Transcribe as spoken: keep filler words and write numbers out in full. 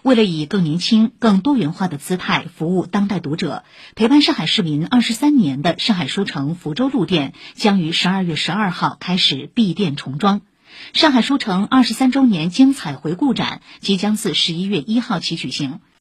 为了以更年轻、更多元化的姿态服务当代读者，陪伴上海市民二十三年的上海书城福州路店将于十二月十二号开始闭店重装。上海书城二十三周年精彩回顾展即将自十一月一号起举行。